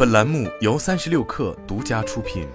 本栏目由36氪独家出品。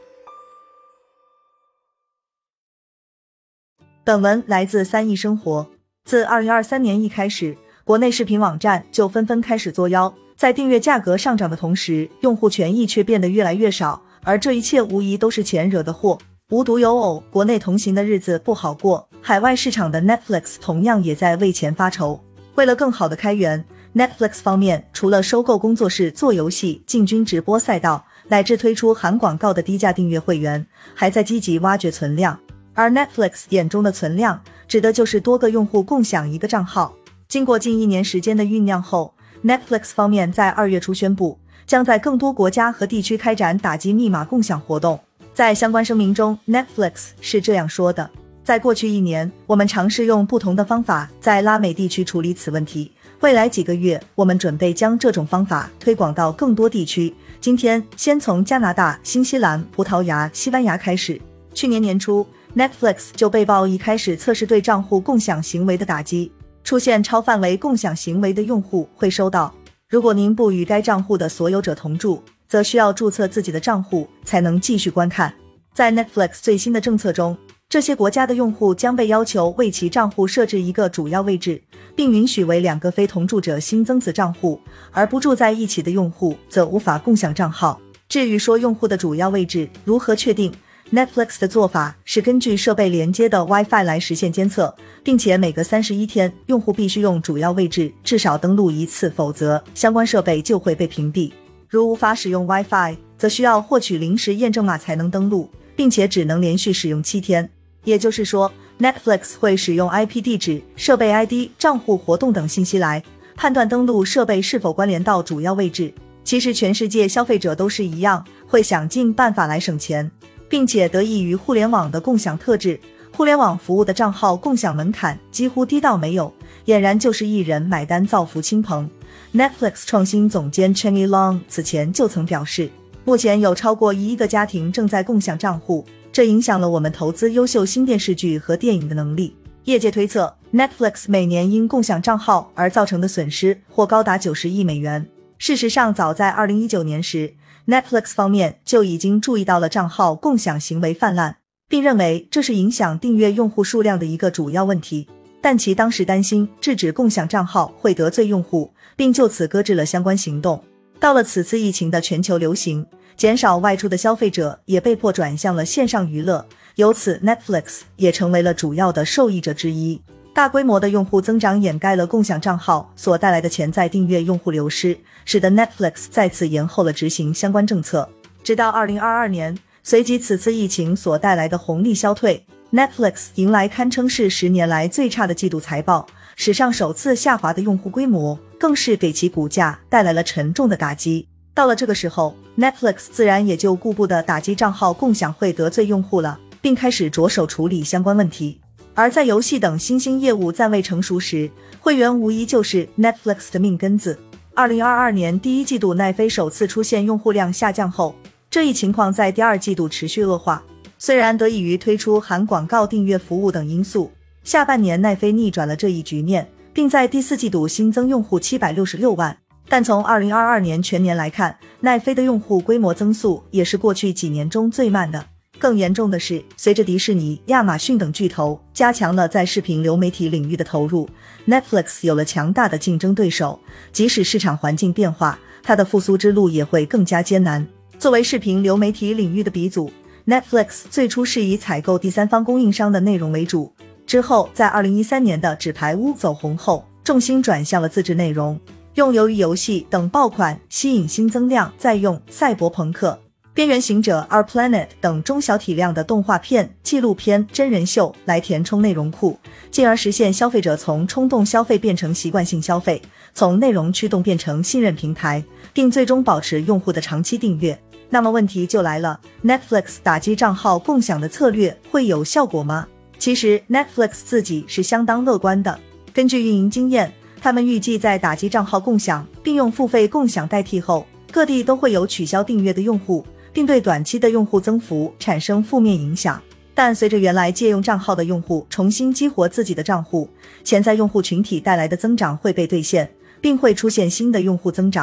本文来自3亿生活。自2023年一开始，国内视频网站就纷纷开始作妖，在订阅价格上涨的同时，用户权益却变得越来越少，而这一切无疑都是钱惹的祸。无独有偶，国内同行的日子不好过，海外市场的 Netflix 同样也在为钱发愁。为了更好的开源， Netflix 方面除了收购工作室做游戏、进军直播赛道，乃至推出含广告的低价订阅会员，还在积极挖掘存量。而 Netflix 眼中的存量指的就是多个用户共享一个账号。经过近1年时间的酝酿后， Netflix 方面在2月初宣布，将在更多国家和地区开展打击密码共享活动。在相关声明中， Netflix 是这样说的：在过去1年，我们尝试用不同的方法在拉美地区处理此问题，未来几个月，我们准备将这种方法推广到更多地区。今天先从加拿大、新西兰、葡萄牙、西班牙开始。去年年初， Netflix 就被曝已开始测试对账户共享行为的打击。出现超范围共享行为的用户会收到：如果您不与该账户的所有者同住，则需要注册自己的账户才能继续观看。在 Netflix 最新的政策中，这些国家的用户将被要求为其账户设置一个主要位置，并允许为2个非同住者新增子账户，而不住在一起的用户则无法共享账号。至于说用户的主要位置如何确定， Netflix 的做法是根据设备连接的 Wi-Fi 来实现监测，并且每隔31天，用户必须用主要位置至少登录1次，否则相关设备就会被屏蔽。如无法使用 Wi-Fi， 则需要获取临时验证码才能登录，并且只能连续使用7天。也就是说， Netflix 会使用 IP 地址、设备 ID、账户活动等信息来判断登录设备是否关联到主要位置。其实全世界消费者都是一样，会想尽办法来省钱，并且得益于互联网的共享特质，互联网服务的账号共享门槛几乎低到没有，俨然就是一人买单造福亲朋。Netflix 创新总监 Chenny Long 此前就曾表示，目前有超过1亿个家庭正在共享账户，这影响了我们投资优秀新电视剧和电影的能力。业界推测， Netflix 每年因共享账号而造成的损失或高达90亿美元。事实上，早在2019年时， Netflix 方面就已经注意到了账号共享行为泛滥，并认为这是影响订阅用户数量的一个主要问题。但其当时担心制止共享账号会得罪用户，并就此搁置了相关行动。到了此次疫情的全球流行，减少外出的消费者也被迫转向了线上娱乐，由此 Netflix 也成为了主要的受益者之一。大规模的用户增长掩盖了共享账号所带来的潜在订阅用户流失，使得 Netflix 再次延后了执行相关政策。直到2022年，随即此次疫情所带来的红利消退， Netflix 迎来堪称是10年来最差的季度财报，史上首次下滑的用户规模更是给其股价带来了沉重的打击。到了这个时候， Netflix 自然也就顾不得打击账号共享会得罪用户了，并开始着手处理相关问题。而在游戏等新兴业务暂未成熟时，会员无疑就是 Netflix 的命根子。2022年第1季度奈飞首次出现用户量下降后，这一情况在第2季度持续恶化。虽然得益于推出含广告订阅服务等因素，下半年奈飞逆转了这一局面，并在第4季度新增用户766万。但从2022年全年来看，奈飞的用户规模增速也是过去几年中最慢的。更严重的是，随着迪士尼、亚马逊等巨头加强了在视频流媒体领域的投入， Netflix 有了强大的竞争对手，即使市场环境变化，它的复苏之路也会更加艰难。作为视频流媒体领域的鼻祖， Netflix 最初是以采购第三方供应商的内容为主，之后在2013年的纸牌屋走红后，重心转向了自制内容，用鱿鱼游戏等爆款吸引新增量，再用赛博朋克、边缘行者 Our Planet 等中小体量的动画片、纪录片、真人秀来填充内容库，进而实现消费者从冲动消费变成习惯性消费，从内容驱动变成信任平台，并最终保持用户的长期订阅。那么问题就来了， Netflix 打击账号共享的策略会有效果吗？其实 Netflix 自己是相当乐观的。根据运营经验，他们预计在打击账号共享并用付费共享代替后，各地都会有取消订阅的用户，并对短期的用户增幅产生负面影响。但随着原来借用账号的用户重新激活自己的账户，潜在用户群体带来的增长会被兑现，并会出现新的用户增长。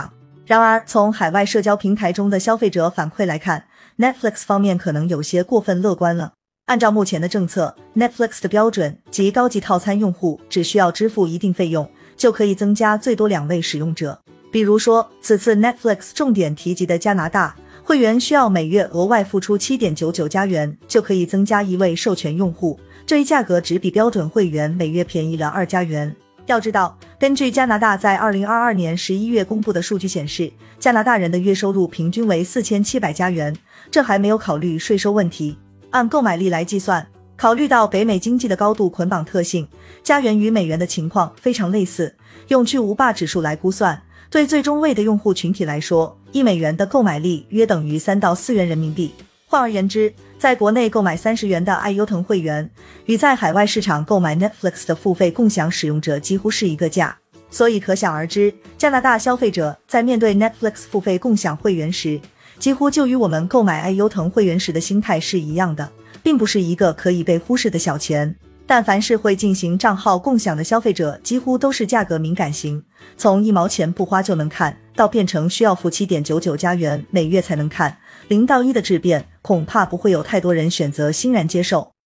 然而，从海外社交平台中的消费者反馈来看， Netflix 方面可能有些过分乐观了。按照目前的政策， Netflix 的标准及高级套餐用户只需要支付一定费用，就可以增加最多2位使用者。比如说，此次 Netflix 重点提及的加拿大，会员需要每月额外付出 7.99 加元，就可以增加1位授权用户，这一价格只比标准会员每月便宜了2加元。要知道，根据加拿大在2022年11月公布的数据显示，加拿大人的月收入平均为4700加元，这还没有考虑税收问题。按购买力来计算，考虑到北美经济的高度捆绑特性，加元与美元的情况非常类似，用巨无霸指数来估算，对最中位的用户群体来说，1美元的购买力约等于3到4元人民币。换而言之，在国内购买30元的爱优腾会员，与在海外市场购买 Netflix 的付费共享使用者几乎是一个价。所以可想而知，加拿大消费者在面对 Netflix 付费共享会员时，几乎就与我们购买爱优腾会员时的心态是一样的，并不是一个可以被忽视的小钱。但凡是会进行账号共享的消费者，几乎都是价格敏感型，从1毛钱不花就能看，到变成需要付 7.99 加元每月才能看，0到1的质变，恐怕不会有太多人选择欣然接受。